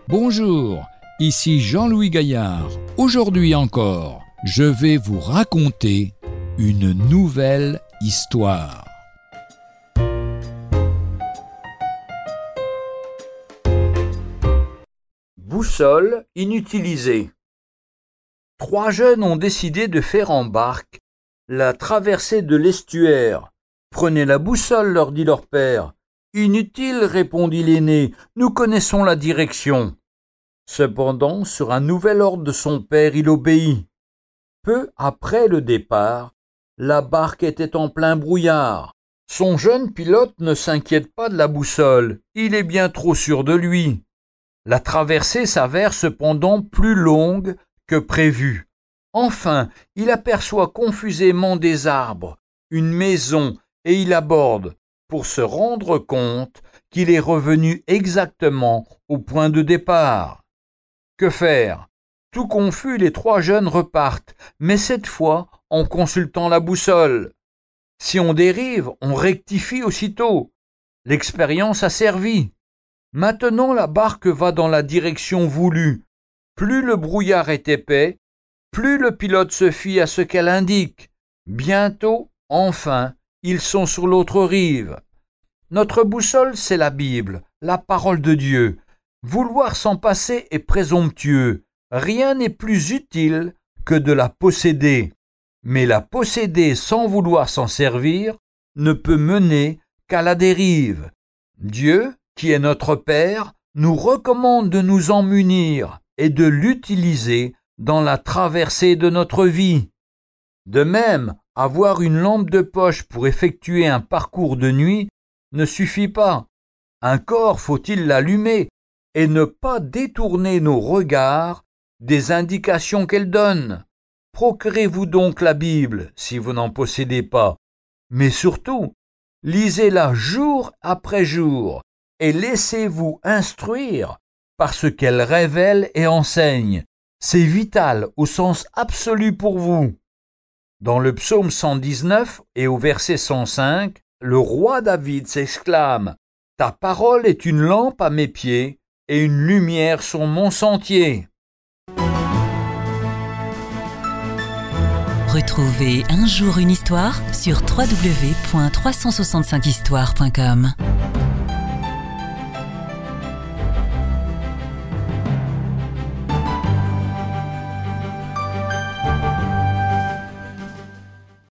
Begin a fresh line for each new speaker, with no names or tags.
Bonjour, ici Jean-Louis Gaillard. Aujourd'hui encore, je vais vous raconter une nouvelle histoire.
Boussole inutilisée. 3 jeunes ont décidé de faire en barque la traversée de l'estuaire. « Prenez la boussole, leur dit leur père. »« Inutile, répondit l'aîné, nous connaissons la direction. » Cependant, sur un nouvel ordre de son père, il obéit. Peu après le départ, la barque était en plein brouillard. Son jeune pilote ne s'inquiète pas de la boussole, il est bien trop sûr de lui. La traversée s'avère cependant plus longue que prévu. Enfin, il aperçoit confusément des arbres, une maison, et il aborde, pour se rendre compte qu'il est revenu exactement au point de départ. Que faire? Tout confus, les 3 jeunes repartent, mais cette fois en consultant la boussole. Si on dérive, on rectifie aussitôt. L'expérience a servi. Maintenant, la barque va dans la direction voulue. Plus le brouillard est épais, plus le pilote se fie à ce qu'elle indique. Bientôt, enfin, ils sont sur l'autre rive. Notre boussole, c'est la Bible, la parole de Dieu. Vouloir s'en passer est présomptueux. Rien n'est plus utile que de la posséder. Mais la posséder sans vouloir s'en servir ne peut mener qu'à la dérive. Dieu, qui est notre Père, nous recommande de nous en munir et de l'utiliser dans la traversée de notre vie. De même, avoir une lampe de poche pour effectuer un parcours de nuit ne suffit pas. Encore faut-il l'allumer et ne pas détourner nos regards des indications qu'elle donne. Procurez-vous donc la Bible si vous n'en possédez pas, mais surtout, lisez-la jour après jour et laissez-vous instruire par ce qu'elle révèle et enseigne. C'est vital au sens absolu pour vous. Dans le psaume 119 et au verset 105, le roi David s'exclame « Ta parole est une lampe à mes pieds et une lumière sur mon sentier. »
Retrouvez Un jour une histoire sur www.365histoire.com.